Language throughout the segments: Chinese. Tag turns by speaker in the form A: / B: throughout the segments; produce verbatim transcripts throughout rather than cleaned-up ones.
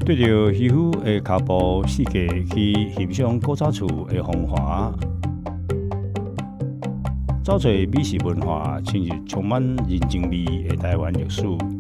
A: 对着渔夫的脚步世界去欣赏古早厝的风华，找找美食文化，深入充满人情味的台湾历史。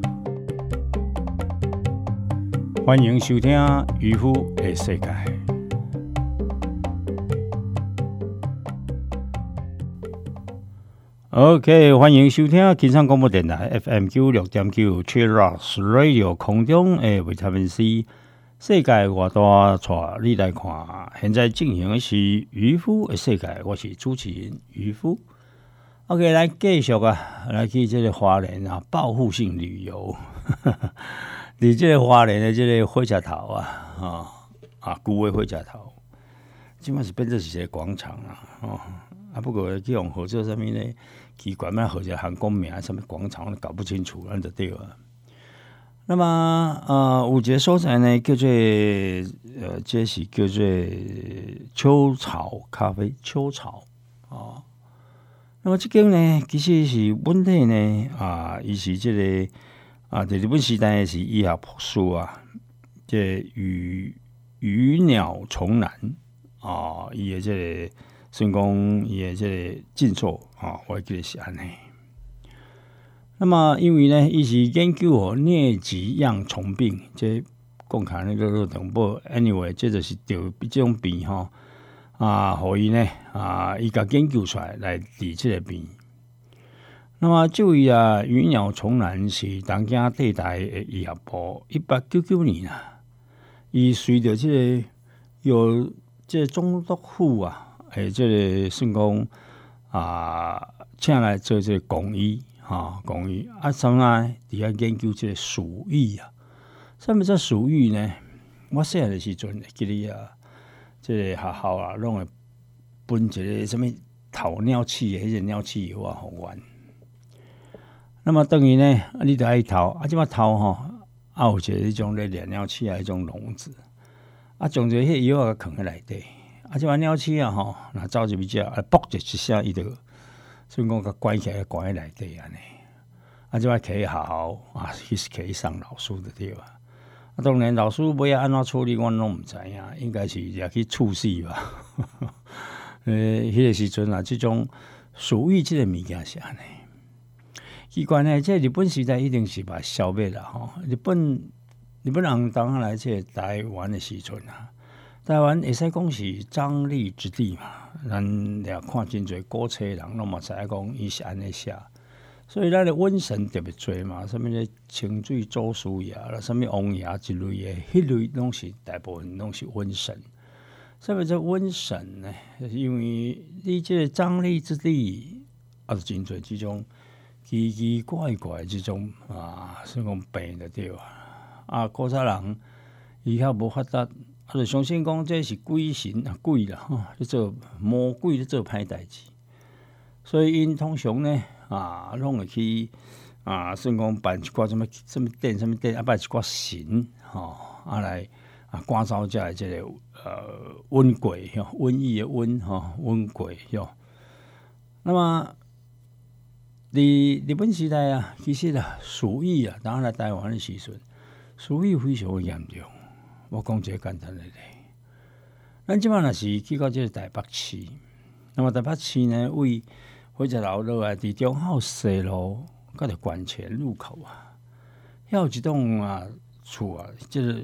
A: 欢迎收听《渔夫的世界》。OK， 欢迎收听金山广播电台 F M 九六点九 Cheers Radio 空中的维他命 C。世界我大带你来看，现在进行的是渔夫的世界，我是主持人渔夫。OK， 来继续啊，来去这个花莲啊，报复性旅游。你这个花莲的这个火车头啊，啊啊，旧的火车头，基本是变成是一个广场啊，哦啊，不过去用号做什么呢？奇怪，嘛号者韩国名，什么广场搞不清楚，那就对了。那么呃，有一个所在呢，叫做呃，这是叫做秋草咖啡，秋草哦。那么这间呢，其实是本地呢啊，伊是这个啊，在日本时代是医学博士啊，这鱼鱼鸟虫男啊，伊的这个算讲伊的这个进修啊，我记得是安尼。那么，因为呢，伊是研究哦疟疾样虫病，这讲起来呢都同步。anyway， 这就是得这种病吼啊，互伊呢啊，伊甲研究出来来治这个病。那么，这位啊，鱼鸟虫男是东京帝大的医学部，一八九九年啊，伊随着这个有这个总督府啊，诶，这个算讲啊，请来做这个公医。啊，公益啊，从来伫遐研究这个鼠疫啊。什么叫鼠疫呢？我细汉的时阵，记得啊，这个学校啊，拢会分一个什么头鸟器的，迄个鸟器油啊，互阮。那么等于呢，你得爱头啊，即摆头吼，啊有一个迄种咧猎鸟器啊，迄种笼子，啊，将这迄药啊藏喺内底，啊，即摆鸟器啊吼，若走入去只，啊，啵一声伊就。所以讲，甲关起来，关喺内底安尼。啊，即摆摕去学校啊，去摕去送老师就对啊。啊，当然老师尾仔安怎处理，阮拢毋知影，应该是也去处死吧。诶，迄个时阵啊，即种鼠疫即个物件是安尼。奇怪呢，即日本时代一定是把消灭啦吼。日本日本人当下来即台湾的时阵啊。台湾会使讲是张力之地嘛，咱俩看真侪古册人，拢嘛知影讲伊是安尼写，所以咱的瘟神特别多嘛，什么咧清水祖师爷啦，什么王爷之类的，迄类拢是大部分拢是瘟神。什么叫瘟神呢？因为你这个张力之地啊，真侪这种奇奇怪怪这种啊，所以讲病就对啊。啊，古早人伊较无发达。啊，就相信讲这是鬼神啊，鬼啦，吼，咧做魔鬼咧做歹代志，所以因通常呢啊，拢会去啊，算讲办一寡什么什么殿什么殿，啊，办一寡神吼，啊来啊赶走遮即个呃瘟鬼吼，瘟疫的瘟吼，瘟鬼吼。那么，伫日本时代啊，其实啊，鼠疫啊，当来台湾的时阵，鼠疫非常严重。我讲一个简单的例，咱即摆若是去到即个台北市，那么台北市呢，为火车头落来伫中澳西路，甲着关前路口啊，遐有一栋啊厝啊，即个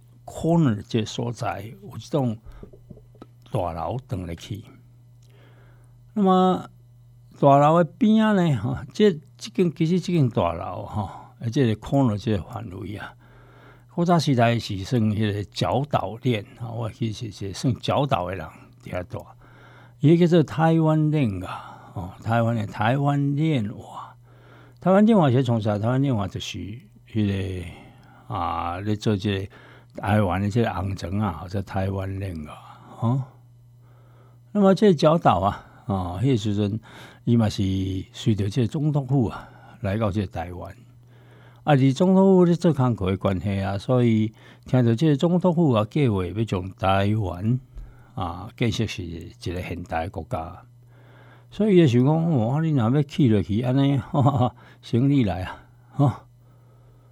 A: corner 即个所在，有一栋大楼登来去。那么大楼的边仔呢，吼，即即间其实即间大楼吼，而即个 corner 即个范围啊。古早时代是算迄个角岛链啊，我其实是算角岛的人伫遐住，伊叫做台湾链啊，哦，台湾的台湾链话，台湾链话是从啥？台湾链话就是迄个啊，咧做这个台湾的这个红砖啊，叫台湾链啊，哦。那么这个角岛啊，啊，迄个时阵伊嘛是随着这个总督府啊来到这个台湾。啊，而总统府咧做工课的关系啊，所以听到这个总统府啊计划要将台湾啊建设是一个现代的国家，所以伊就想讲，哇，你若要去落去安尼，行李来啊，吼、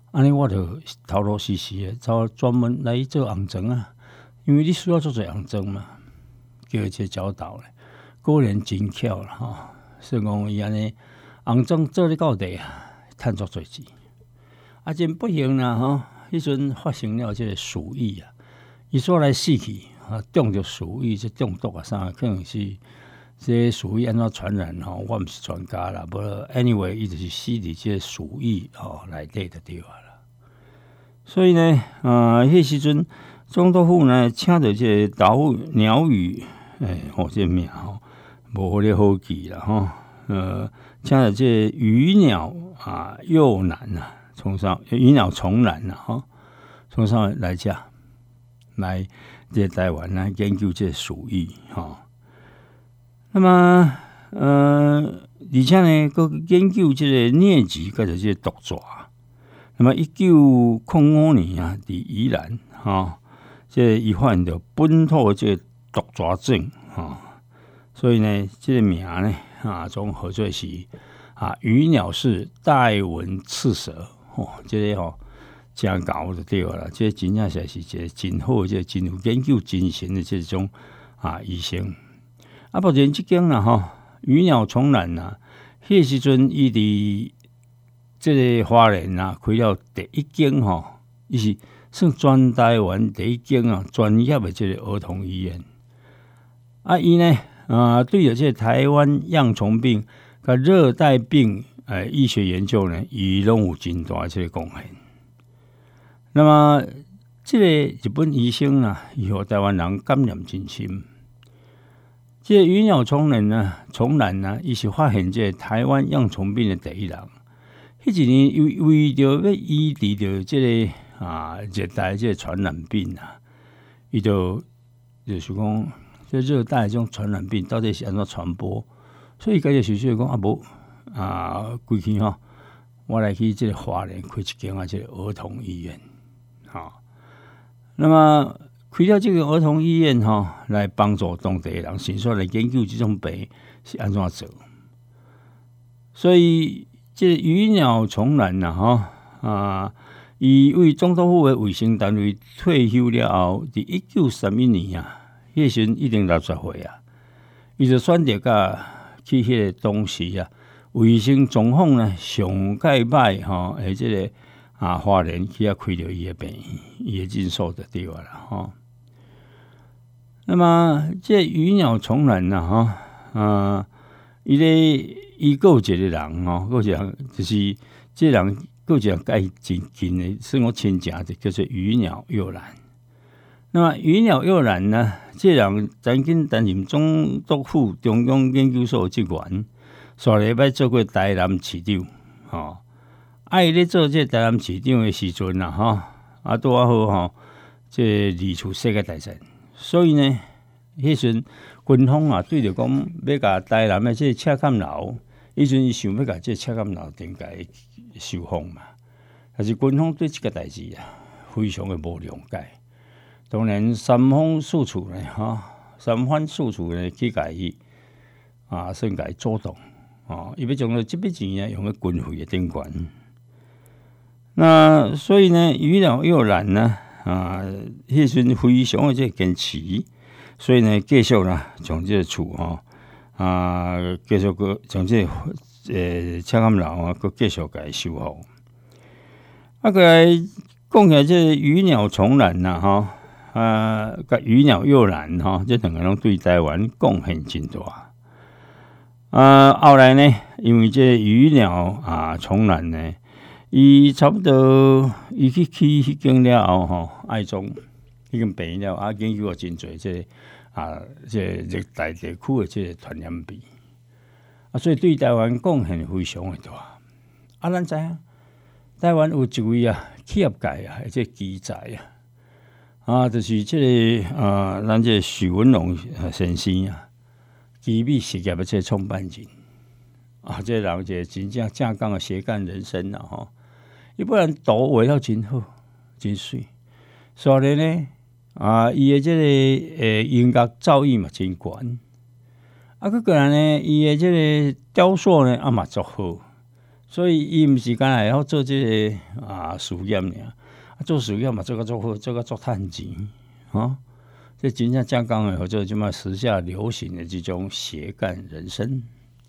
A: 安尼我就头路死死的，走专门来做红针啊，因为你需要做做红针嘛，叫一个教导咧，果然真巧啦吼，所以讲伊安尼红针做咧到底啊，趁足侪钱，啊真不幸啦吼，迄阵发生了即个鼠疫啊，伊所来死去啊，中着鼠疫即中毒啊啥，可能是。这鼠疫安怎传染吼？我毋是专家啦，不过 anyway， 伊就是死伫这鼠疫吼内底就对啊啦。所以呢，啊、呃，迄时阵总督府呢，请着这岛鸟语，诶、欸，吼、这个名吼，无好咧好记啦吼。呃，请着这鱼鸟啊，幼男啊，从上鱼鸟从男呐吼，从上来遮来这台湾来研究这鼠疫吼。那么，呃，而且呢，佮研究这个疟疾，佮就是毒蛇。那么，一九零五年啊，伫宜兰哈，这伊发现着本土这个毒蛇症哈，所以呢，这个名呢啊，总合作是啊，鱼鸟式带纹刺蛇哦，这个吼真高就对啦，这真正是是一个真好，这真有研究精神的这种啊医生。啊，目前即间啦吼，鱼鸟从南啦，迄时阵伊伫即个花莲啦开了第一间吼，伊是算全台湾第一间啊专业的即个儿童医院。啊，伊呢啊，对着即个台湾恙虫病甲热带病诶医学研究呢，伊拢有真大即个贡献。那么，即个日本医生啊，伊互台湾人感染真深。这个鱼鸟从人呢，从南呢，伊是发现这台湾恙虫病的第一人。迄一年为为着要医治着这个啊热带这个传染病啊，伊就就是讲，这热带这种传染病到底是安怎传播？所以家己想想讲啊，无啊，规气吼，我来去这个花莲开一间啊，这个儿童医院，好，那么。开了这个儿童医院吼，来帮助当地人，迅速来研究这种病是安怎做。所以，这个鱼鸟从南呐吼啊，伊为总督府的卫生单位退休了后，伫一九三一年啊，迄时已经六十岁啊，伊就选择甲去迄个当时啊，卫生状况呢上介歹吼，而这个啊花莲去啊开了伊的病院，伊的诊所就对啊啦吼。那么这鱼鸟从南呐吼，啊，伊咧伊个有一个人吼，个一个人就是这人个一个人甲伊真近的，是我亲戚的，叫做鱼鸟幼兰。那么鱼鸟幼兰呢，这人曾经担任总督府中央研究所职员，上礼拜做过台南市长，吼。啊，伊咧做这台南市长的时阵呐，吼，啊拄啊好吼，这离厝世界大战。所以呢，迄阵军方啊，对着讲要甲台南的这车站楼，迄阵伊想要甲这车站楼顶界收复嘛。但是军方对这个代志啊，非常的无谅解。当然三方四处呢，哈，三番四处呢去甲伊啊，算甲伊阻挡啊，伊要将这笔钱呢用喺军费的顶悬。那所以呢，鱼鸟幼兰呢？啊，迄阵非常的这坚持，所以呢，继续啦，从这个厝吼啊，继续个从这个呃车站楼啊，佮继续甲伊修复。啊，佮来讲起来，这鱼鸟从南呐，吼啊，甲鱼鸟幼兰吼，这两个拢对台湾贡献真大。啊，后来呢，因为这鱼鸟啊从南呢。伊差不多，伊去去迄间了后吼，爱中迄间病了，啊研究了真侪这啊这热带地区的这传染病，啊，所以对台湾贡献非常的大。啊，咱知影台湾有一位啊企业界啊，这奇才啊，啊，就是这个啊，咱这许文龙先生啊，奇美实业的这创办人啊，这人这真正正港的斜杠人生啊，吼。伊不然图画了真好，真水。所以呢，啊，伊的这个诶音乐造诣嘛真悬。啊，佮个人呢，伊的这个雕塑呢，啊嘛足好。 所以伊毋是干会晓做这个啊事业尔，做事业嘛做个做好，做个做趁钱啊。这真正正讲的，或者即卖时下流行的这种斜杠人生。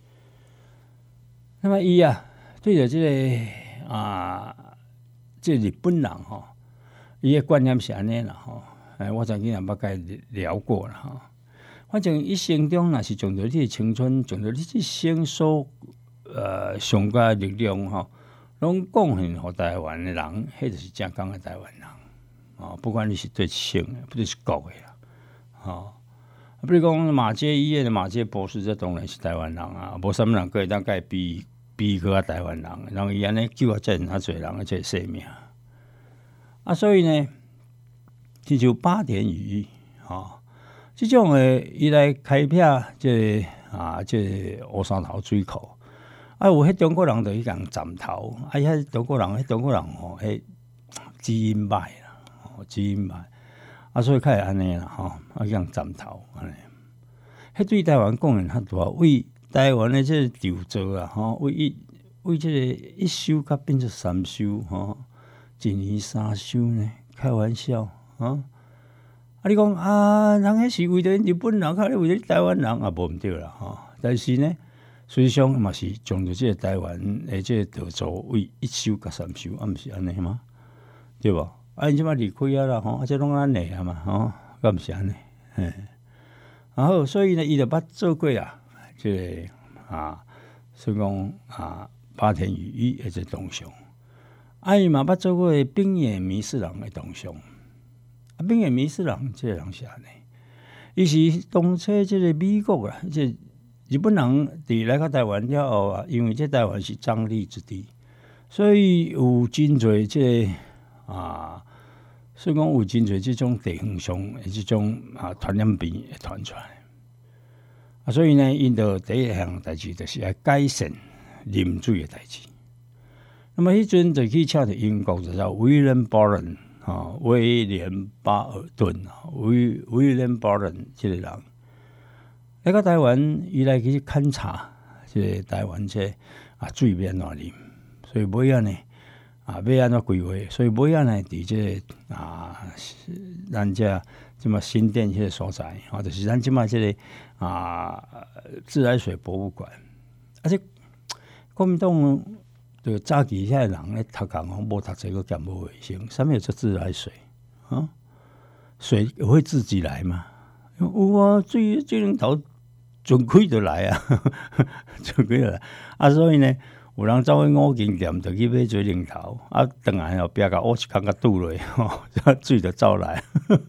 A: 那么伊啊，对着这个啊，这日本人吼，伊的观念是安尼啦吼。哎，我曾经也捌甲伊聊过啦吼。反正一生中若是将着你的青春，将着你一生所呃上佳力量吼，拢贡献互台湾的人，迄就是正港的台湾人哦。不管你是对省的，不是国的啦，哦。比如讲马偕医院的马偕博士，这当然是台湾人啊，无啥物人可以当甲比比过台湾人，然后伊安尼救啊遮尔啊侪人啊遮性命啊，所以呢，这就八田雨衣啊。这种诶，伊来开辟这个、啊，这个乌山头水库啊，有迄中国人就去共斩头，啊，遐中国人，迄中国人吼，迄基因歹啦，吼基因歹，啊，所以较会安尼啦，吼，啊，去共斩头安尼，迄对台湾贡献较大，为台湾诶这个筹造啊，吼，为一为这个一修甲变做三修，吼，一年三修呢，开玩笑啊。啊！你讲啊，人迄是为着日本人，较为着台湾人啊，无毋对啦吼。但是呢，实际上嘛是将着即个台湾诶，即个稻作为一修甲三修，啊，毋是安尼吗？对无？啊，因即摆离开啊啦吼，啊，即拢咱诶啊嘛吼，敢毋是安尼？嘿。然后所以呢，伊就捌做过啊，即、這個啊，所以讲啊，八田雨衣诶，即铜像，啊，伊嘛捌做过冰野弥四郎诶铜像。啊，冰野弥四郎这个人是安尼，伊是当初这个美国啊，这日本人伫来到台湾了后啊，因为这台湾是瘴疠之地，所以有真侪这个、啊，所以讲有真侪这种地方上的这种啊传染病会传出来。啊，所以呢，因着第一项代志就是要改善啉水的代志。那么迄阵就去请着英国就叫威廉·巴伦。啊，威廉巴尔顿啊，威威廉巴尔顿这个人来到台湾，伊来去勘察这个台湾这啊水要安怎啉，所以尾仔呢啊要安怎规划，所以尾仔呢伫这个啊咱这即嘛新店迄个所在啊，就是咱即嘛这个啊自来水博物馆，而且国民党。就早期遐人咧读工吼，无读这个兼无卫生，啥物叫自来水啊？水会自己来吗？有啊，水水龙头准开就来啊，准开就来啊！所以呢，有人走去五金店就去买水龙头，啊，转来后壁甲乌一空甲堵落，吼，水就走来，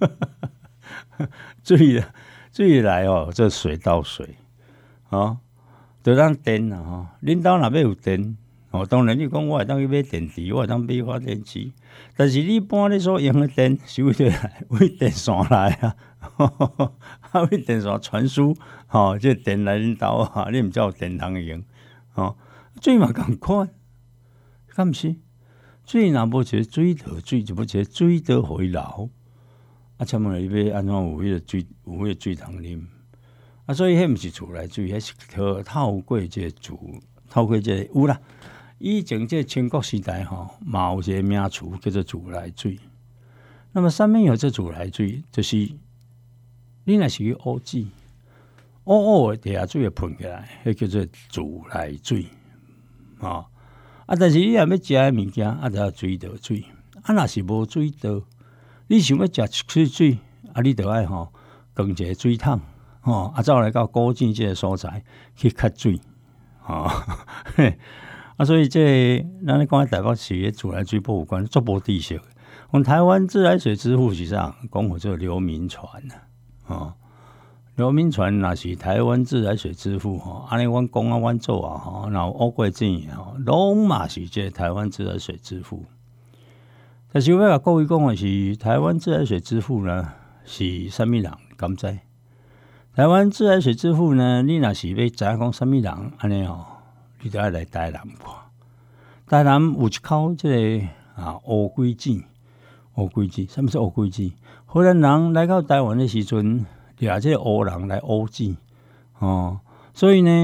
A: 水水来哦，这水到水啊，就当电啊，吼，恁兜若要有电。哦，当然你讲我会当去买电池，我会当买发电机，但是你一般你所用的电是为着来为电线来啊，啊为电线传输，吼、哦，这个、电来恁兜啊，你毋才有电通用，哦，水嘛共款，敢毋是？水若无一个水道，水就无一个水道互伊流，啊，请问你要安怎有迄个水有迄个水通啉？啊，所以迄毋是自来水，迄是透透过这个自透过这个有啦。以前这清国时代吼，嘛有一个名词叫做自来水。那么上面有这自来水，就是你若是去乌水，乌乌的地下水会喷起来，迄叫做自来水。哦，啊，但是你若要食的物件，啊，就要水道水。啊，若是无水道，你想要食水水，啊，你就爱吼，扛一个水桶，吼，啊，走来到古井这个所在去吸水，吼。啊，所以这咱咧讲台北市的自来水博物馆足无知识。我们台湾自来水之父是啥？讲我做刘铭传呐，哦，刘铭传若是台湾自来水之父吼，安尼阮讲啊，阮做啊吼，然后乌过证吼，拢嘛是这台湾自来水之父。但是我要甲各位讲的是，台湾自来水之父呢是啥物人？敢知？台湾自来水之父呢，你若是要知影讲啥物人安尼吼？你就要来台南看，台南有一口即、這个啊乌龟井，乌龟井，什么是乌龟井？荷兰人来到台湾的时阵，掠即个乌人来乌井，哦，所以呢，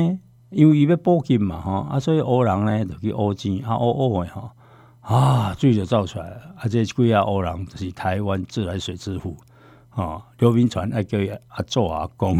A: 因为伊要补给嘛吼，啊，所以乌人呢就去乌钱，啊乌乌的吼，啊水就造出来了，啊这几啊乌人就是台湾自来水之父，哦，刘铭传爱叫伊阿祖阿公，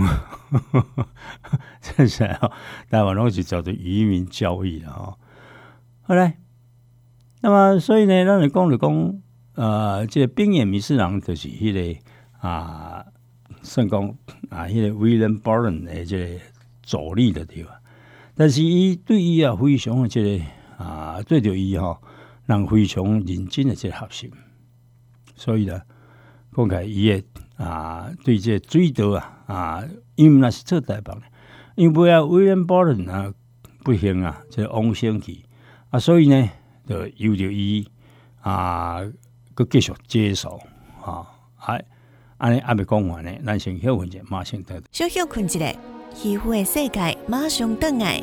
A: 真是哦，台湾拢是叫做渔民教育啦吼。好来，那么所以呢，咱来讲就讲，呃，这个冰野迷士人就是迄、那个啊，算讲啊，迄、那个 William Barton 的这个助力的地方。但是伊对伊也非常的这个啊，对着伊吼，人非常认真的这个学习，所以呢，讲起来伊的啊，对这个水稻啊啊，因为那是做台北的，因为啊威廉保伦啊不幸啊，这个往生去啊，所以呢，就由着伊啊，佮继续接受啊，哎，安尼还没讲完呢，咱先休困一下，马上得
B: 小休困一下。渔夫的世界马上回来。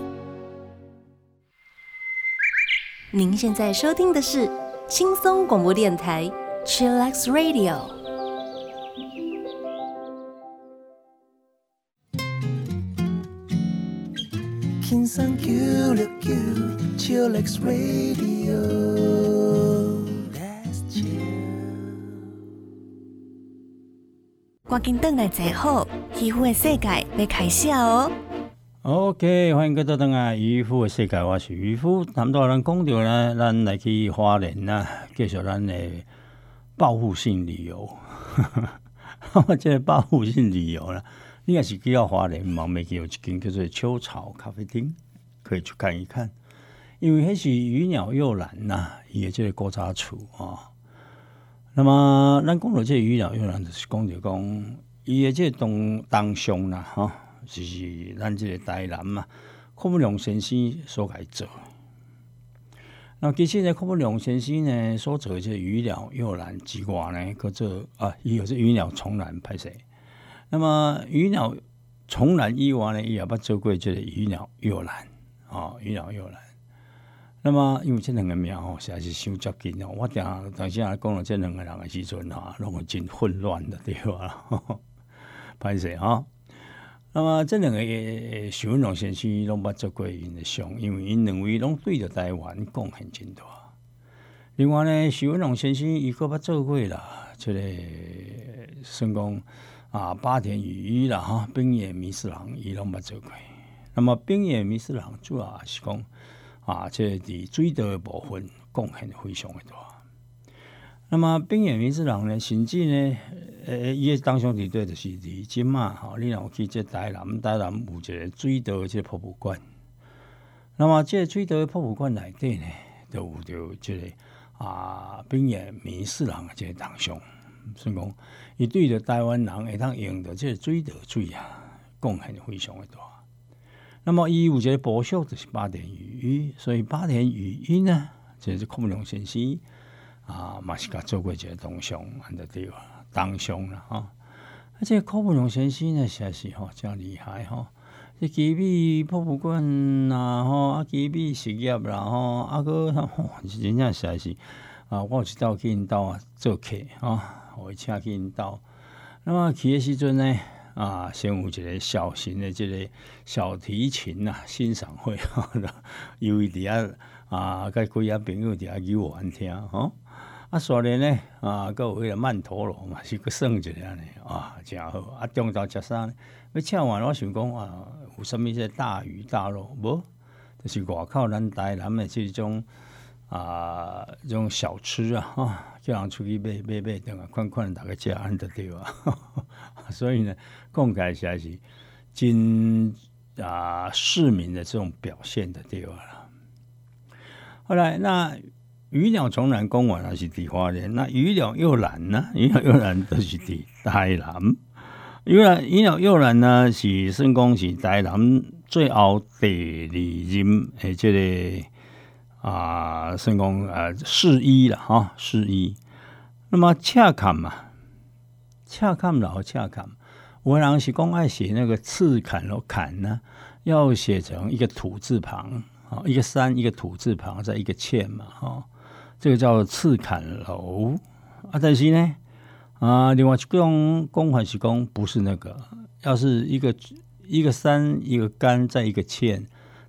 B: 您现在收听的是轻松广播电台 Chillax Radio。轻松九六九 Chillax Radio。Let's chill。赶紧回来坐好。渔夫的世界要开始哦。
A: OK， 欢迎各位登来渔夫的世界，我是渔夫。谈到咱讲到呢，咱来去花莲呐，继续咱的报复性旅游。这个报复性旅游啦，你也是去到花莲，旁边有一间叫做秋草咖啡厅，可以去看一看。因为那是鱼鸟幼兰呐，伊的这个古早厝啊。那么咱讲到这个鱼鸟幼兰，就是讲就讲。伊的这个东东乡啦，吼，就是咱这个台南嘛，柯文良先生所来做。那其实呢，柯文良先生呢所做的这鱼鸟幼兰之外呢，搁做啊，伊有这鱼鸟重兰拍摄。那么鱼鸟重兰以外呢，伊也捌做过这个鱼鸟幼兰，哦，鱼鸟幼兰。那么因为这两个名吼实在是伤接近哦，我定当时啊讲到这两个人的时阵啊，拢会真混乱的对吧？歹势哈。那么这两个许文龙先生拢捌做过因的相，因为因两位拢对着台湾贡献真大。另外呢，许文龙先生伊个捌做过啦，这个算讲啊八田雨衣啦哈，冰野弥四郎伊拢捌做过。那么冰野弥四郎主要是讲啊，这伫水稻的部分贡献非常的大。那么冰野弥四郎呢，甚至呢，呃，伊的当上伫对就是伫即嘛，吼，你若去这台南，台南有一个水稻的这个博物馆。那么这个水稻的博物馆内底呢，就有着这个啊冰野弥四郎的这个当上，所以讲，伊对着台湾人会当用到这个水稻水啊，贡献非常的大。那么伊有一个部属就是八田雨衣，所以八田雨衣呢，就是柯文良先生。啊，嘛是甲做过一个当上，安得对啊，当上啦吼。啊，这柯文良先生呢，实在是吼真厉害吼。这基比博物馆啦吼，啊基比实业啦吼，啊个吼，真正实在是啊，我有一道去因兜啊做客吼，我请去因兜。那么去的时阵呢，啊，先有一个小型的这个小提琴啊欣赏会，因为伫遐啊，甲几啊朋友伫遐游玩听吼。啊，所以呢，啊，佮有迄个曼陀罗嘛，是佮算一下呢，啊，真好。啊，中昼食啥呢？要请完，我想讲啊，有啥物些大鱼大肉？无，就是外口咱台南的这种啊，这种小吃啊，哈，叫人出去买买买，等下看看大家食安得对啊。所以呢，讲起来实在是真啊市民的这种表现的对啦。后来那。鱼鸟重兰公园还是伫花莲，那鱼鸟幼兰呢？鱼鸟幼兰都是伫台南。鱼鸟鱼鸟幼兰呢是算讲是台南最后第二任诶，这个啊算讲呃市医啦哈市医。那么恰坎嘛，恰坎老恰坎，有人是讲爱写那个赤坎咯坎呢，要写成一个土字旁，一个山一个土字旁，再一个欠嘛哈。这个叫赤坎楼啊，但是呢，啊，另外一种讲法是讲不是那个，要是一个一个山一个干再一个欠，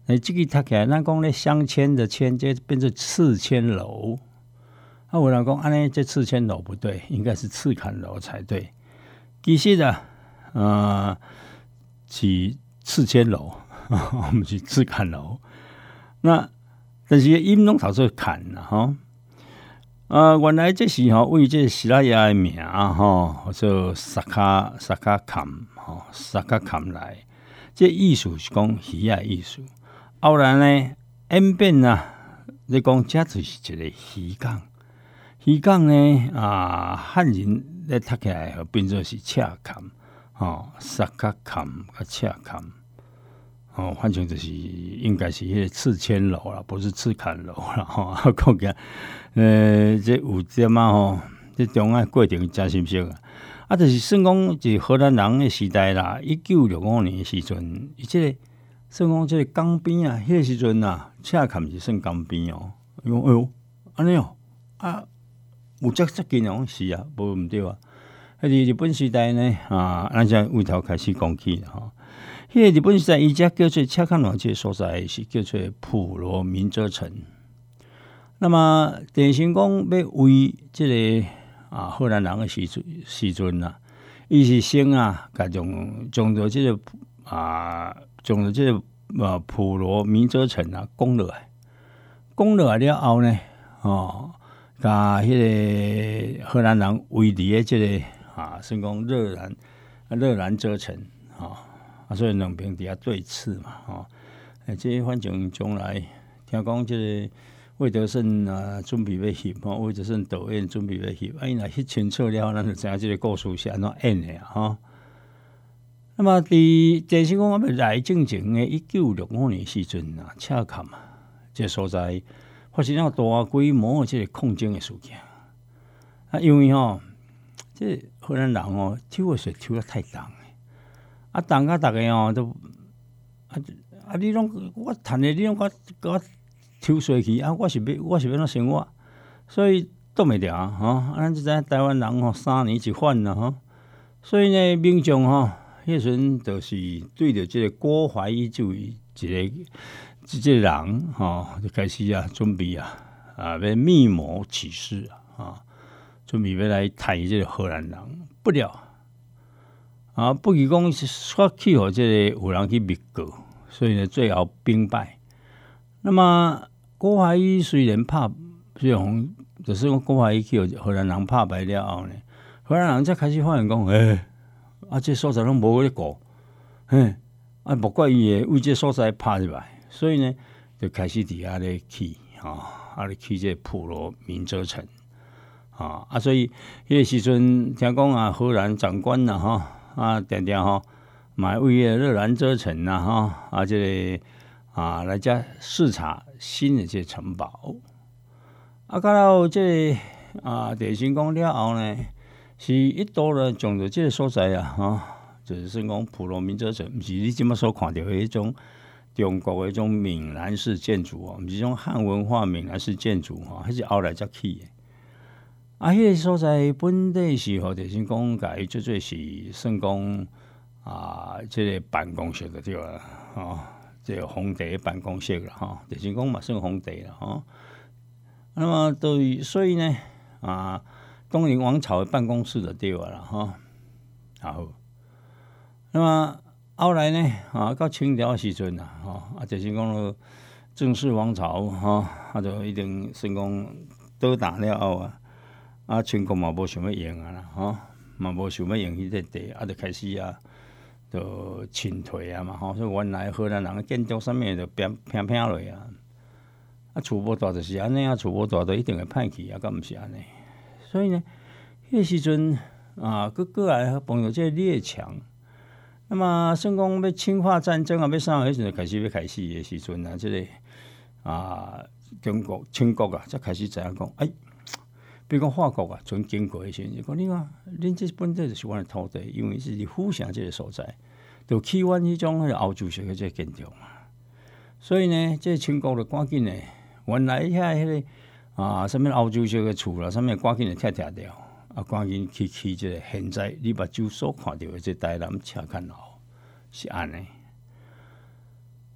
A: 哎，这个读起来，咱讲咧镶嵌的嵌，这变成刺嵌楼。啊，有人讲安尼，这刺嵌楼不对，应该是刺砍楼才对。其实啊，呃，是刺嵌楼，我们是刺砍楼。那但是音拢读做砍啦，吼。啊，原来这是吼为这希腊雅的名吼，做萨卡萨卡坎吼，萨卡坎来。这意思是讲鱼仔意思。后来呢，演变啊，你讲这就是一个鱼港。鱼港呢啊，汉人咧读起来变做是恰坎吼，萨卡坎甲恰坎。哦，反正就是应该是迄个刺嵌楼啦，不是刺砍楼啦吼。讲起，呃，这有点啊吼，这中间过程真深刻啊。啊，就是算讲是荷兰人的时代啦，一九六五年的时阵，伊这个算讲这个港边啊，迄个时阵啊，恰坎是算港边哦。伊讲哎哟，安尼哦，啊，有遮遮近哦，是啊，无毋对啊。迄个日本时代呢，啊，咱才为头开始讲起啦吼。迄个日本时代，伊只叫做恰坎楼，这个所在是叫做普罗民遮城。那么，典型讲要为这个啊荷兰人的时时阵啊，伊是先啊，甲将将到这个啊，将到这个啊普罗民遮城啊攻落来，攻落来了后呢，哦，甲迄个荷兰人围篱的这个啊，算讲热兰热兰遮城啊。啊，所以两边底下对峙嘛，吼、诶，这反正将来听讲，这个魏德胜啊，准备要翕，吼，魏德胜导演准备要翕，啊，伊若翕清楚了，咱就知影这个故事是安怎演的啊，吼。那么，伫电视讲我们来正前的一九六五年时阵啊，恰坎啊，这所在发生了大规模的这个抗争的事件。啊，因为吼，这荷兰人哦，抽的水抽得太重。啊，重甲逐个哦都啊啊！你拢我趁的，你拢甲甲抽水去啊！我是要我是要怎生活，所以挡袂了吼。啊，咱即知台湾人吼三年一换啦吼，所以呢，民众吼迄阵就是对着即个郭怀义就一个即个人吼就开始啊准备啊啊要密谋起事啊，准备要来杀即个荷兰人，不料。啊，不如讲说去互这个有人去密告，所以呢，最后兵败。那么郭怀义虽然拍，虽然就是讲郭怀义去互荷兰人拍败了后呢，荷兰人才开始发现讲，诶、欸，啊，这所在拢无咧顾，嘿，啊，莫怪伊会为这所在拍入来，所以呢，就开始伫遐咧去，吼，啊咧去这普罗民遮城，啊，啊，所以迄个时阵听讲啊，荷兰长官呐，吼。啊，定定吼，买为个热兰遮城呐，哈啊，这个啊来遮视察新的这城堡。啊，到了这个、啊地形讲了后呢，是一度呢，将到这个所在啊，哈，就是说讲普罗民遮城，不是你今麦所看到的迄种中国的迄种闽南式建筑哦，不是种汉文化闽南式建筑哈，还是后来才起的。啊，迄、那个所在本地是吼，就是讲甲伊做做是算讲啊，即、这个办公室就对啦，吼，即、这个皇帝办公室啦，吼，就是讲嘛算皇帝啦，吼。那么对，所以呢，啊，东宁王朝的办公室就对啦，吼。好，那么后来呢，啊，到清朝时阵啊，吼，啊，就是讲咯，郑氏王朝，吼，啊，就一定算讲倒打了后啊。啊，清国嘛无想要用啊啦，吼，嘛无想要用迄个地，啊，就开始啊，就清退啊嘛，吼，所以原来荷兰人建筑上面就偏偏偏落啊，啊，厝无大就是安尼啊，厝无大就一定会歹去啊，敢毋是安尼？所以呢，迄个时阵啊，佮过来碰到这个列强，那么算讲要侵华战争啊，要啥？迄阵就开始要开始的时阵啊，这个啊，中国清国啊，才开始知影讲，哎。比如讲法国啊，从经过迄时阵，就讲你看，恁这本地就是阮的土地，因为是伫府城这个所在，就起源迄种欧洲式的这个建筑嘛。所以呢，这清国就赶紧呢，原来遐迄个啊，什么欧洲式的厝啦，什么赶紧就拆拆掉，啊，赶紧去起这个现在你目睭所看到的这台南恰坎楼是安尼。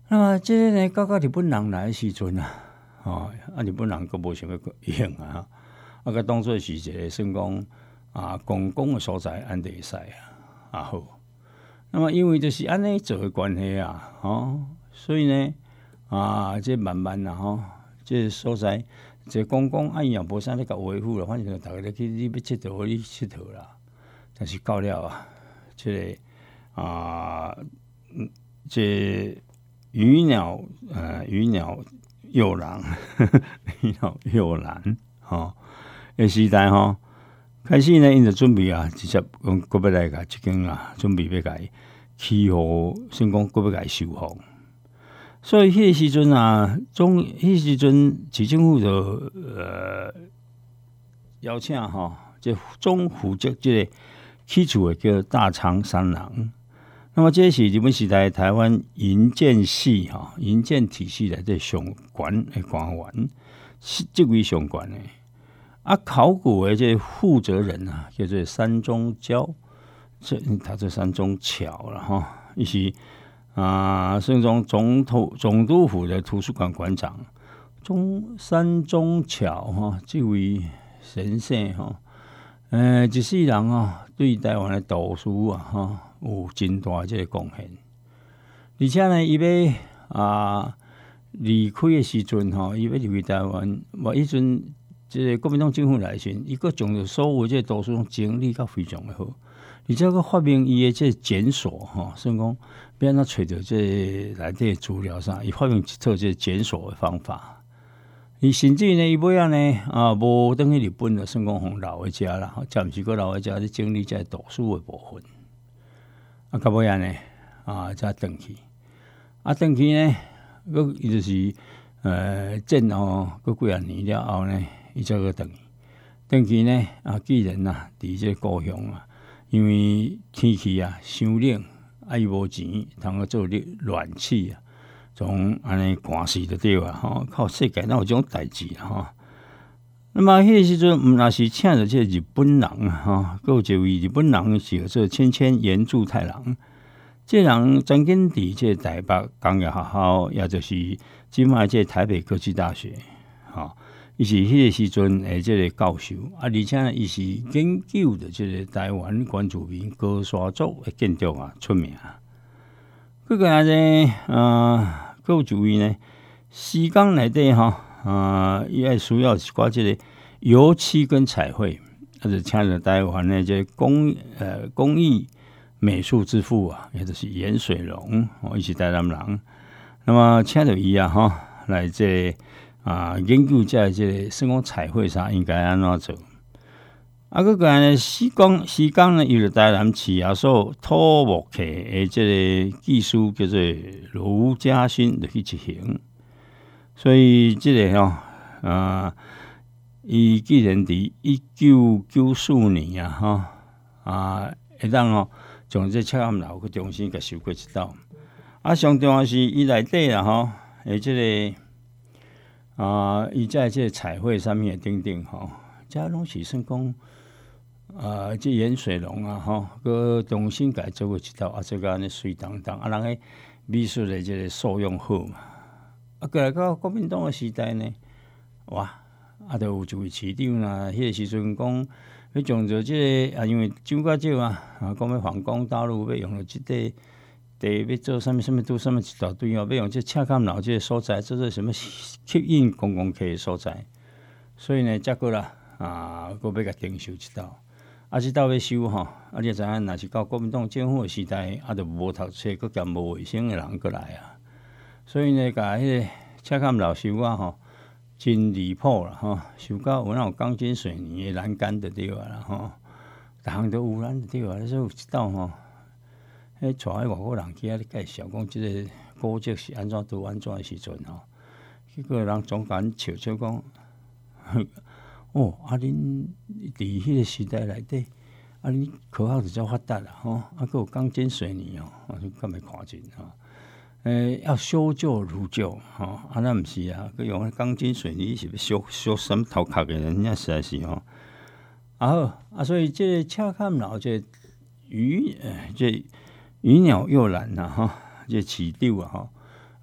A: 那么这个呢，到到日本人来的时阵啊，哦，啊日本人佫无想要用啊，啊佮当作是一个算讲啊公共的所在，安得使啊，啊好。那么因为就是安尼做的关系啊，哦，所以呢啊，这慢慢啊吼，这所在这公共啊，伊也无啥咧甲维护啦，反正大家咧去你要佚佗，你佚佗啦。但是到了啊，这个啊，嗯，这鱼鸟呃，鱼鸟诱狼，鱼鸟诱狼，吼，诶时代吼，开始呢，因就准备啊，直接讲国要来甲即间啊，准备要甲伊起好，先讲国要甲伊修复。所以迄个时阵啊，总迄个时阵市政府就呃邀请吼，即总负责即个起厝的叫大仓三郎。那么这是日本时代台湾营建系哈营建体系的这上悬的官员，这位上悬的啊，考古的这负责人啊，叫做山中交，这他这山中桥了哈，伊是啊，甚中总统总督府的图书馆馆长中山中桥哈，这位先生哈，呃，一世人啊，对台湾的读书啊哈。有真大这个贡献，而且呢，伊要啊离开的时阵吼，伊要离开台湾，无迄阵即个国民党政府来时，伊佫将着所有这读书整理甲非常的好，而且佫发明伊的这检索吼，所以讲要安怎找着这内底资料啥，伊发明一套这检索的方法。伊甚至呢，伊尾仔呢啊，无等去日本了，算讲互老的家啦，暂时佫老的家咧整理这读书的部分。啊，到尾仔呢，啊，才转去。啊，转去呢，佮伊就是呃战后佮几啊年了后呢，伊才佮转去。转去呢，啊，既然啊，伫这故乡啊，因为天气啊伤冷，啊伊无钱，通个做暖气啊，从安尼寒死就对啊，吼，靠世界哪有这种代志啊，吼。那么迄个时阵，毋若是请着这日本人啊，哈，佮有一位日本人是叫做千千原助太郎。这人曾经伫这台北工业学校，也就是即卖这台北科技大学，哈，伊是迄个时阵诶，这个教授啊，而且呢，伊是研究的这个台湾原住民高山族的建筑啊出名。佮个呢，呃，佮有一位呢，西港内底哈。啊，伊爱需要是寡即个油漆跟彩绘，啊，就请了台湾的这工呃工艺美术之父啊，也就是严水龙，哦，伊是台南人。那么请着伊啊，哈，来这啊研究这这个算讲彩绘啥应该安怎做。啊，佮个呢，西港西港呢，伊就台南市役所土木课的这个技术叫做卢嘉欣，就去执行。所以即个吼啊，伊既然伫一九九四年啊，吼啊，会当吼从这赤坎楼去重新甲修过一道。啊，上重要是伊内底啦吼，诶，即个啊，伊在即个彩绘上面顶顶吼，这拢是算讲啊，即盐水龙啊，吼，佮重新改做过一道，啊，这个安尼水当当，啊，人诶美术诶即个素养好嘛。啊，过来到国民党的时代呢，哇，啊，都有一位市长啦。迄个时阵讲要将着即个啊，因为蒋介石啊，啊，讲要反攻大陆，要用了即个地要做啥物啥物做啥物一大堆哦，要用这赤坎楼即个所在做做什么吸引观光客的所在。所以呢，结果啦，啊，佫要甲征收一道，啊，即道要收吼，啊，你知影，若是到国民党政府的时代，啊，就无读册，佫兼无卫生的人过来啊。所以呢，甲迄个赤坎楼修啊吼，真离谱啦吼，修到有那种钢筋水泥的栏杆就对啊啦吼，逐项都有咱就对啊，所以有一道吼，迄带迄外国人去遐咧介绍讲，即个古迹是安怎拄安怎的时阵吼，结果人总敢笑笑讲，哦，啊恁伫迄个时代内底，啊恁科学就遮发达啦吼，啊佫有钢筋水泥哦，我就敢会看见吼。诶，要修旧如旧，吼、哦，啊，那毋是啊，佮用钢筋水泥是要修修什么头壳的人，那实在是吼。啊好，啊，所以这赤坎楼这鱼，呃，这鱼鸟幼兰呐，哈，这市长啊，吼，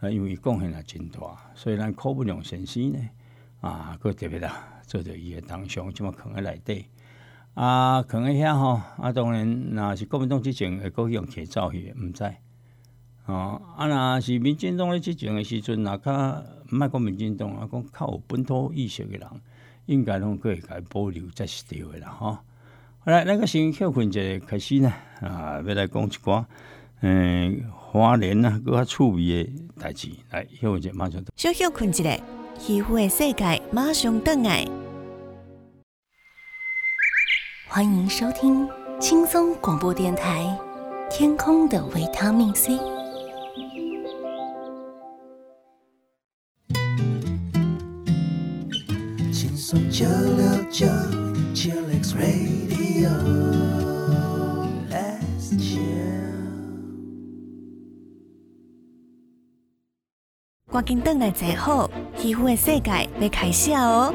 A: 啊，因为伊贡献也真大，所以咱柯文良先生呢，啊，佮特别啦，做着伊诶党章，即么放喺内底，啊，放喺遐吼，啊，当然，若是国民党之前会搁用起走去，毋知，哦，啊，若是民进党咧之前诶时阵，若较毋爱讲民进党，啊，讲较有本土意识诶人，应该拢可会甲伊保留才是对诶啦，吼、哦。好来，咱个先休困一下，开始呢，啊，要来讲一寡。嗯，花莲啊，搁较趣味的代志，来休困一下，马上。
B: 小休困一下，渔夫的世界马上回来。欢迎收听轻松广播电台《天空的维他命 C》。轻松九六九 Chillax Radio。Let's chill。赶紧回来坐好，渔夫的世界要开始哦。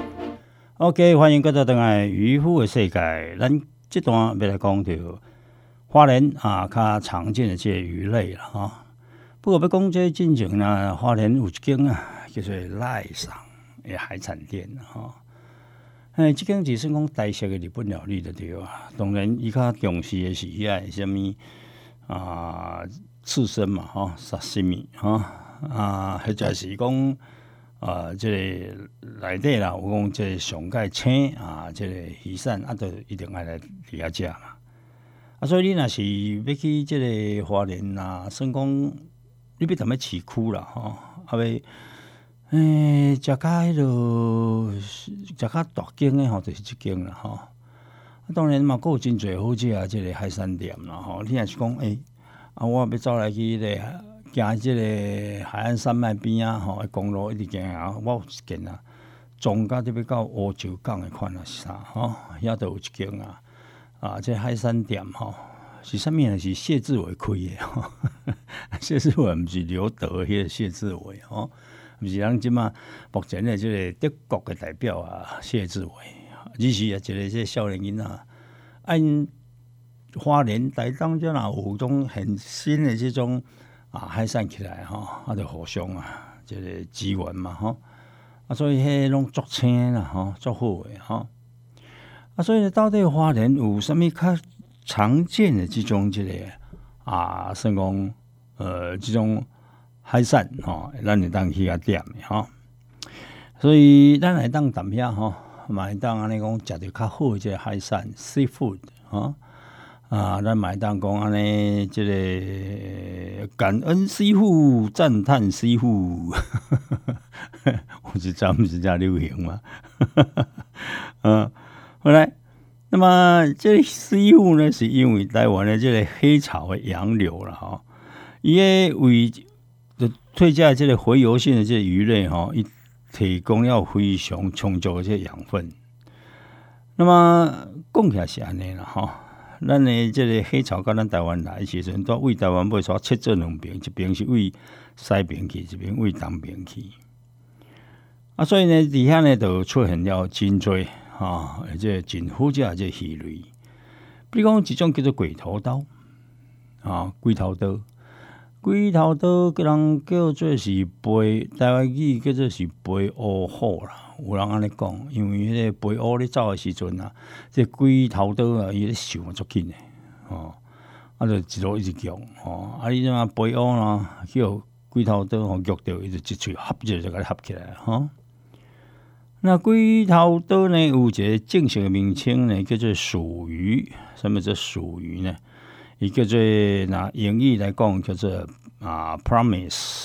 A: OK， 欢迎各位回来渔夫的世界。咱这段要来讲到花莲啊，较常见的这些鱼类啦哈。不过要讲这进前呢，花莲有一间啊，叫做赖上的海产店哈。哎，这间只算讲台式的日本料理的对啊。当然，伊较重视的是遐什么啊刺身嘛哈，沙西米哈。啊，或者是讲啊，即、这个内底啦，有讲即个上盖青啊，即、这个鱼产啊，都一定爱来伫遐食嘛。啊，所以你若是要去即个花莲啊，算讲你要踮咧市区啦，吼，啊要诶，食较迄落食较大间诶吼，就是即间啦，吼。啊，当然嘛，佫有真侪好食啊，即个海产店啦，吼。你若是讲诶，啊，我要走来去咧。行即个海岸山脉边啊，吼，公路一直行啊，我有一间啊，中甲特别到乌洲港诶款啊是啥，吼，遐都有一间啊，啊，这海产店吼，是啥物呢？是谢志伟开诶吼，谢志伟毋是刘德迄个谢志伟吼，毋是咱即马目前诶即个德国诶代表啊，谢志伟，而是啊一个即少年囡仔，按花莲台东遮若有种很新诶即种。啊，海产起来吼，啊，就互相啊，即个资源嘛吼，啊，所以迄拢足青啦吼，足好诶吼，啊，所以到底花莲有啥物较常见的即种即个啊，算讲呃，即种海产吼，咱会当去遐点诶吼，所以咱会当踮遐吼，嘛会当安尼讲食着较好即个海产 seafood 吼。啊，咱买当讲安尼，即个感恩师傅，赞叹师傅，我是咱们是这流行嘛？嗯，后来，那么这个师傅呢，是因为台湾的这个黑潮的洋流了哈，伊个为就退价这个洄游性的这个鱼类哈，伊提供了非常充足的这个养分。那么讲起来是安尼啦哈。咱的这个黑潮到咱台湾来时阵，都为台湾买煞切做两边，一边是为西边去，一边为东边去。啊，所以呢，底下呢就出现了真多啊，而且真好食这鱼类。比如讲一种叫做龟头刀啊，龟头刀，龟头刀个人叫做是背，台湾语叫做是背乌虎啦。有人安尼讲，因为迄个背乌咧走诶时阵啊，这龟头刀啊，伊咧想足紧诶，哦，啊，就一路一直叫，哦，啊，你即马背乌啦，叫龟头刀吼叫着，伊就一喙合一就甲你合起来，吼、哦。那龟头刀呢，有一个正式诶名称呢，叫做属鱼。什么叫属鱼呢？伊叫做拿英语来讲，叫做啊 ，promise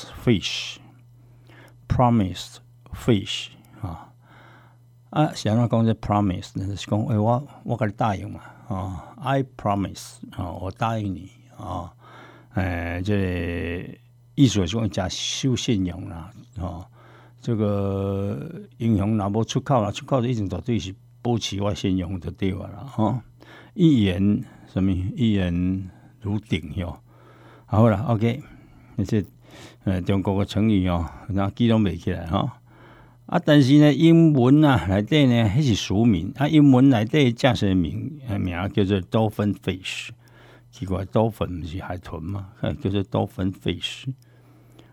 A: fish，promised fish。啊，啊，是安怎讲这 promise 呢？就是讲，诶、欸，我我甲你答应嘛，啊 ，I promise 啊，我答应你啊，诶、欸，这个、意思是讲加守信用啦，啊，这个银行若无出口啦，出口就一定绝对是保持我信用就对了啦，哈、啊，一言什么一言如鼎哟，好啦 ，OK， 那这呃中国的成语哦，那记拢袂起来哈。啊，但是呢，英文啊内底呢，迄是俗名啊。英文内底正式名名叫做 dolphin fish， 奇怪 ，dolphin 不是海豚嘛？叫做 dolphin fish。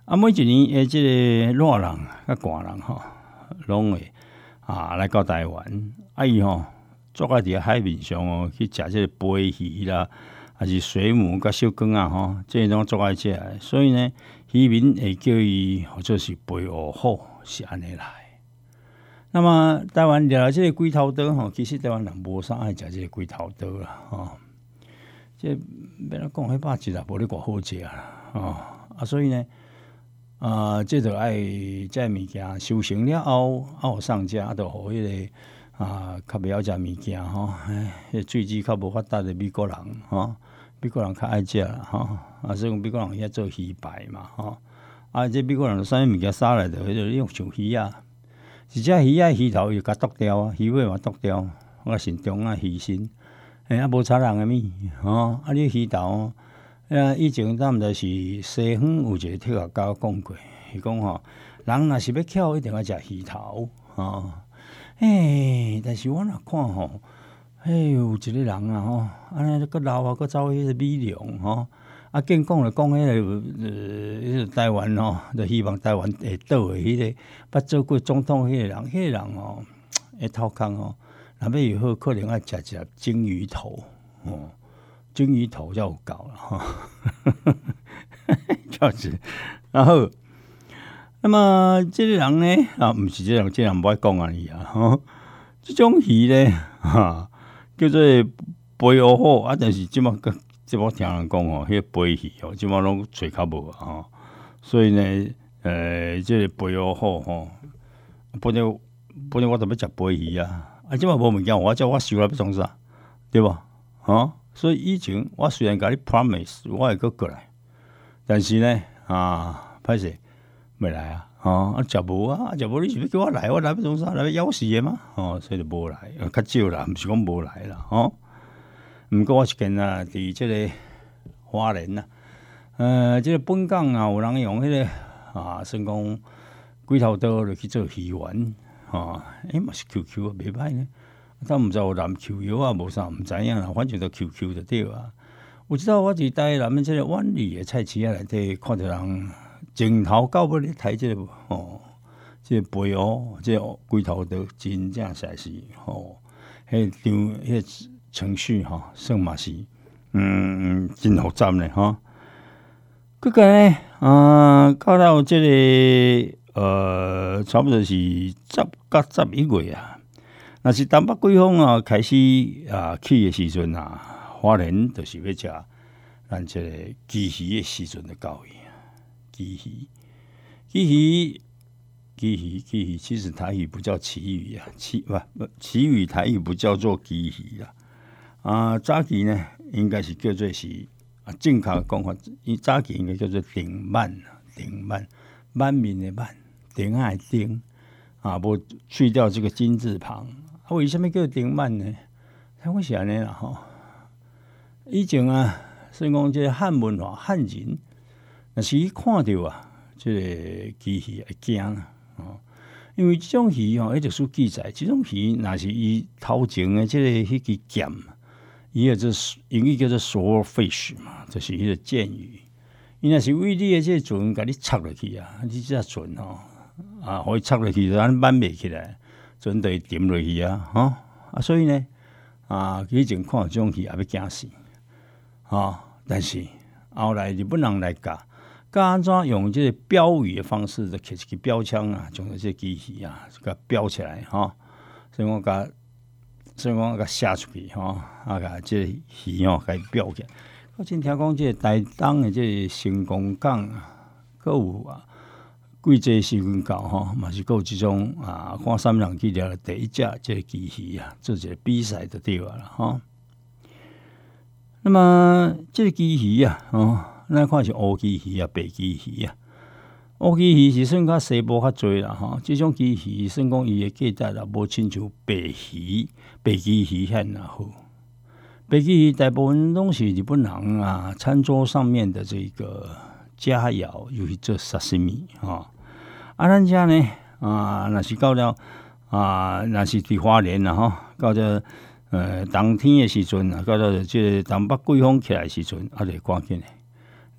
A: 啊，每一年诶，即个热人甲寒人吼，拢会啊来到台湾，啊伊吼做爱伫海面上哦去食即个飞鱼啦，还是水母甲小羹啊吼，即种做爱食的，所以呢，渔民会叫伊或者是飞蛾虎，是安尼来。那么台湾掠即个龟头刀吼，其实台湾人无啥爱食即个龟头刀啦吼。即要怎讲，迄肉质也无咧偌好食啦吼啊，所以呢。啊，即着爱即个物件收成了后，啊，互上架，啊，着互迄个啊，较袂晓食物件吼，唉，迄水质较无发达的美国人吼，美国人较爱食啦吼，啊，所以讲美国人遐做鱼排嘛吼，啊，即美国人啥物物件杀来着，迄着用像鱼啊，一只鱼啊，鱼头又甲剁掉啊，鱼尾嘛剁掉，啊，甚中啊鱼身，哎啊，无差人诶物吼，啊，你鱼头。啊！以前咱毋知是西方有一个铁学家讲过，伊讲吼，人若是要巧，一定要食鱼头吼。诶、欸，但是我若看吼，嘿，有一个人啊吼，安尼个老啊，个走迄个美容吼，啊，见讲就讲迄个呃，迄个台湾吼，就希望台湾会倒诶迄个捌做过总统迄个人，迄个人吼，会头壳吼，若要有好，可能要食一粒鲸鱼头哦。鲸鱼头才有够了哈，这样子。然后，那么这个人呢啊，不是这人，这人不爱讲安尼啊哈。这种鱼呢哈，叫做飞蛾虎啊，但是即马个即马听人讲哦，迄个飞鱼哦，即马拢找较无啊哈。所以呢，呃，这个飞蛾虎吼，本来本来我都要食飞鱼啊，啊，即马无物件，我叫我收来要创啥，对吧？哈。所以以前我虽然甲你 promise 我会搁过来，但是呢啊，歹势未来啊，哦啊食无啊，食无你是要叫我来，我来要做啥？来要枵死诶嘛，哦，所以就无来，较少啦，毋是讲无来啦，吼。毋过我是见啊，伫即个花莲啊，呃，即、這個本港啊，有人用迄、那個啊，算講龜頭刀落去做魚丸，吼、啊，誒嘛是 Q Q 啊，袂歹呢。他毋知有藍 Q 油啊，無啥毋知影啦，反正都 Q Q 就對啊。有一道我伫台南即個灣里誒菜市啊內底，看到人從頭到尾咧睇即個哦，即、這個背哦，即、這個龜頭刀真正實在是吼，迄張迄程序吼，算嘛是嗯真複雜咧吼。佮個咧啊，到到即、這個呃，差不多是十到十一月啊。若是東北季風啊，開始啊起的時陣啊，花蓮就是要食咱這個鰭魚的時陣就到去啊。鰭魚，鰭魚，鰭魚，鰭魚，其實台語不叫旗魚啊，旗不不旗語台語不叫做鰭魚啊。啊，早期呢應該是叫做是啊，正確講法，伊早期應該叫做頂鰻啊，頂鰻，滿面的滿，頂愛頂啊，無去掉這個金字旁。啊，為什麼叫頂鰻呢？睇我是安尼啦吼。以前啊，所以講即個漢文化漢人，若是伊看到啊，即、這個鰭魚會驚啦，哦，因為即種魚吼，一直書記載，即種魚若是伊頭前誒即個迄支劍，伊個就是英語叫做 swordfish 嘛，就是迄個劍魚。伊若是為你誒即個船，甲你插落去啊，你即隻船吼啊，可以插落去，就安挽袂起來。船就會沉落去啊，吼啊，所以呢，啊，以前看這種魚也要驚死，吼，但是後來日本人來教，教安怎用這個標語的方式，就摕一支標槍啊，將這個鰭魚啊，甲標起來，吼，所以我甲，所以我甲寫出去，吼，啊，甲這個魚吼，甲伊標起來。我真聽講，這個台東的這個成功港啊，閣有啊。貴濟新聞稿吼，嘛是有即種啊，看啥物人去掠第一隻即個鰭魚啊，做一個比賽就對啊啦吼。那麼即個鰭魚啊，哦，咱看是烏鰭魚啊，白鰭魚啊。烏鰭魚是算較細部較濟啦吼，即種鰭魚算講伊誒價值啦，無親像白魚、白鰭魚遐爾好。白鰭魚大部分攏是日本人啊，餐桌上面的這個佳肴，尤其做沙西米吼。啊，咱遮呢啊，若是到了啊，若是伫花蓮啦吼，到咗呃冬天誒時陣啊，到咗即個東北季風起來誒時陣，啊，就趕緊誒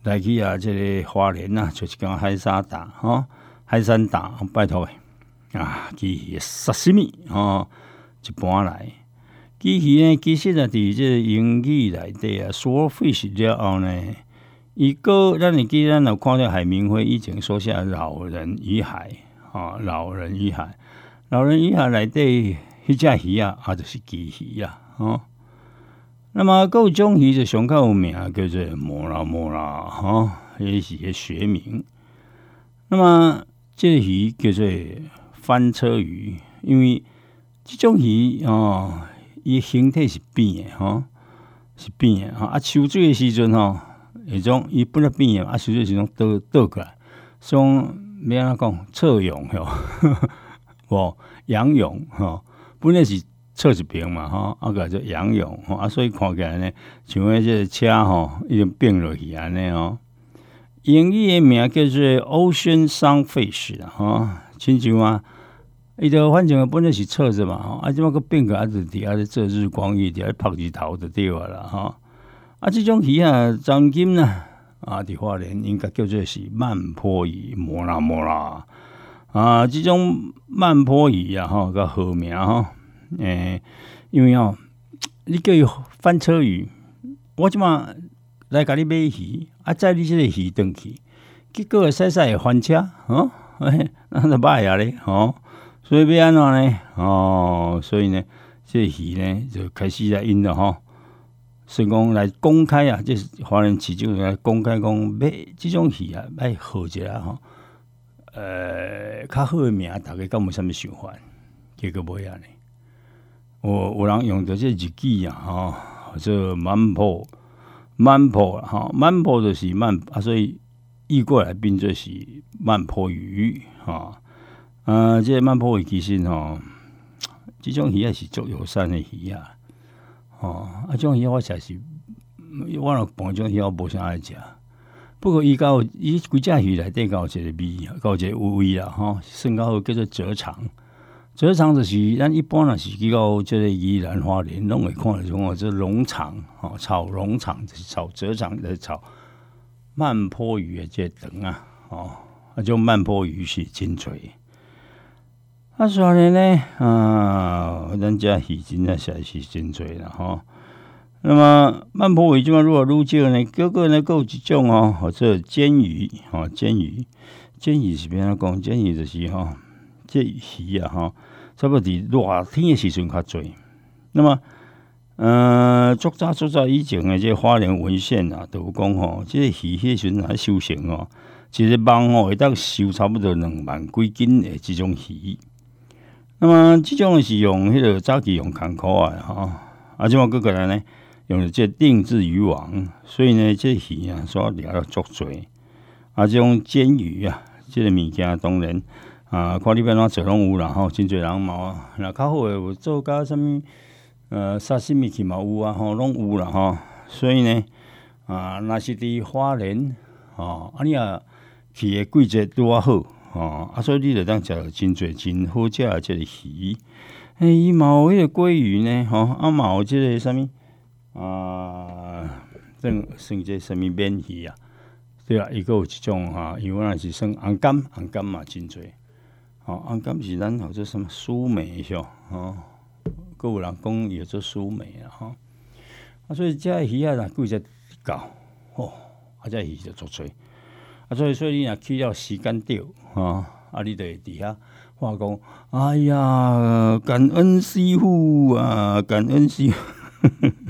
A: 来去啊，这个花莲啊，就是讲海沙大吼，海山大，拜托诶啊，机器杀什么吼？一般来，机器呢，其实啊，伫这英语内底啊 ，swordfish 了后呢，伊个咱会记咱有看到海明辉以前说下《老人与海》啊，《老人与海》，《老人与海》内底迄只鱼啊，啊，就是机器啊，吼。那么，还有一种鱼就上较有名，叫做摩拉摩拉，吼，迄是个学名。那么，这个鱼叫做翻车鱼，因为这种鱼哦，伊形体是变的，吼，是变的，啊，收水的时阵吼，迄种伊本来变的，啊，收水时阵倒倒过来，所以要安怎讲？侧泳吼，无仰泳吼，本来是。侧一边嘛，吼，啊个做仰泳，吼，啊，所以看起来呢，像迄个车吼，已经变落去安尼哦。英语的名叫做 Ocean Sunfish 啦，吼，亲像啊，伊就反正本来是侧着嘛，吼，啊，即摆个变个啊，就伫啊咧做日光浴，伫啊咧晒日头就对啊啦，吼。啊，即种鱼啊，曾经呢，啊，伫花莲应该叫做是曼波鱼，摩拉摩拉啊，即种曼波鱼啊，吼，个好名吼。诶、欸，因为哦，你叫伊翻车鱼，我即马来甲你买鱼，啊载你即个鱼转去，结果驶驶会翻车，哦，哎，那就歹啊咧，哦，所以要安怎呢？哦，所以呢，这个鱼呢就开始来因了吼，所以讲来公开啊，这华人市场来公开讲买即种鱼啊，要好一下吼，呃，较好的名，大家敢有啥物想法？结果无安尼。有有人用着这日记啊，吼，或者曼波曼波哈，曼波就是曼啊，所以译过来变做是曼波鱼哈。呃，这个曼波鱼其实吼，这种鱼也是足友善的鱼啊，吼啊，这种鱼我实是我若碰这种鱼我无啥爱食。不过伊到伊规只鱼内底有一个味，有一个味啦，吼，算较好叫做折肠。折肠就是咱一般若是去到即个宜兰花莲，拢会看到种哦，这龙肠吼，炒龙肠就是炒折肠，就是炒曼波鱼的这肠啊，哦，啊，种曼波鱼是真多。啊，所以呢，啊，咱遮鱼真正实在是真多啦，吼。那么曼波鱼即马如果愈少呢，各个呢，还有一种哦，或者煎鱼，吼，煎鱼，煎鱼是变怎讲？煎鱼就是吼。这鱼啊，吼，差不多伫热天的时阵较多。那么，呃，足早足早以前的这花莲文献啊，都有讲吼，这个鱼迄时阵来收成哦，一个网哦会当收差不多两万几斤的这种鱼。那么，这种是用迄个早期用工课啊，吼，啊，即马过过来呢，用了这定制渔网，所以呢，这鱼啊，所了足多。啊，这种煎鱼啊，这个物件当然。啊，看你要怎做拢有啦吼，真侪人嘛，若较好诶，有做甲啥物呃沙西米去嘛有啊吼，拢有啦吼。所以呢，啊，若是伫花莲吼，啊你啊去诶季节拄啊好吼，啊所以你着当食到真侪真好食诶即个鱼。诶，伊嘛有迄个鲑鱼呢吼，啊嘛有即个啥物啊，算算即啥物免鱼啊？对啊，伊个有一种哈，因为若是算红柑，红柑嘛真侪。哦，红柑是咱叫做什么苏梅吼，哦，佮有人讲伊做苏梅啦吼，啊，所以这鱼啊，若季节到，哦，啊，这鱼就足多，啊，所以所以你若去了时间到，吼，啊，你就会伫遐话讲，哎呀，感恩师傅啊，感恩师傅。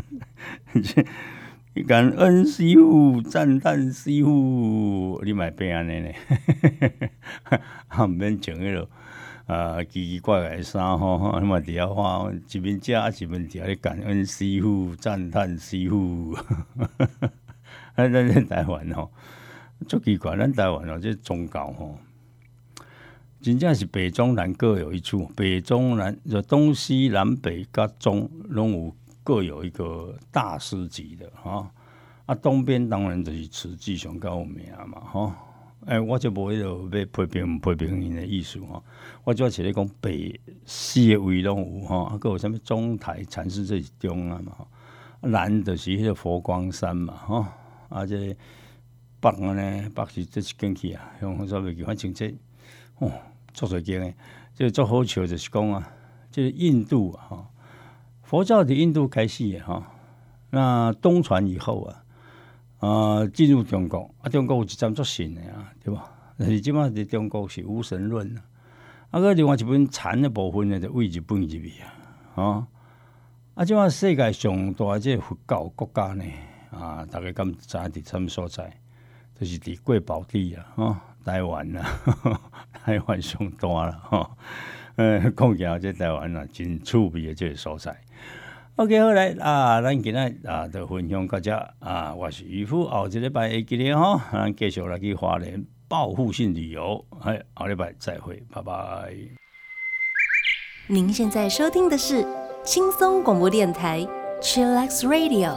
A: 感恩师傅，赞叹师傅，你莫变安尼呢？啊，毋免穿迄落啊奇奇怪怪的衫吼，你嘛伫遐话一面食一面伫遐咧感恩师傅，赞叹师傅。啊，咱咱台湾吼，足奇怪，咱台湾吼，这宗教吼，真正是北中南各有一处，北中南就东西南北甲中拢有。各有一个大师级的哈，啊，东边当然就是慈济上较有名嘛哈，哎、欸，我就无迄个要批评批评因的意思哈，我主要是咧讲北西的位拢有哈，啊，佮有啥物中台禅寺这是中啊嘛，南就是迄个佛光山嘛哈，啊，这北呢，北是这是景气啊，用啥物叫？反正这哦，足侪间诶，这足好笑就是讲啊，这印度啊，哈，佛教的印度开始诶哈，那东传以后啊，啊进入中国啊，中国有一站足信诶啊，对吧？但是即马伫中国是无神论啊，啊个另外一本禅的部分呢，就为日本入去啊，哦。啊！即马世界上大即佛教国家呢，啊，大家敢知伫什么所在？就是伫贵宝地啊，吼、哦，台湾啦，台湾上大啦，吼、哦。呃，讲起来这台湾啊，真趣味的这个所在。OK， 好来啊，咱今仔啊，就分享到这啊，我是渔夫，后一礼拜会记咧吼，咱继续来去花莲报复性旅游，哎，后礼拜再会，拜拜。
B: 您现在收听的是轻松广播电台 Chillax Radio。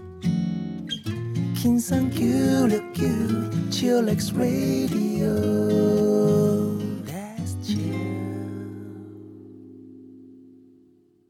C: 轻松九六九 Chillax Radio。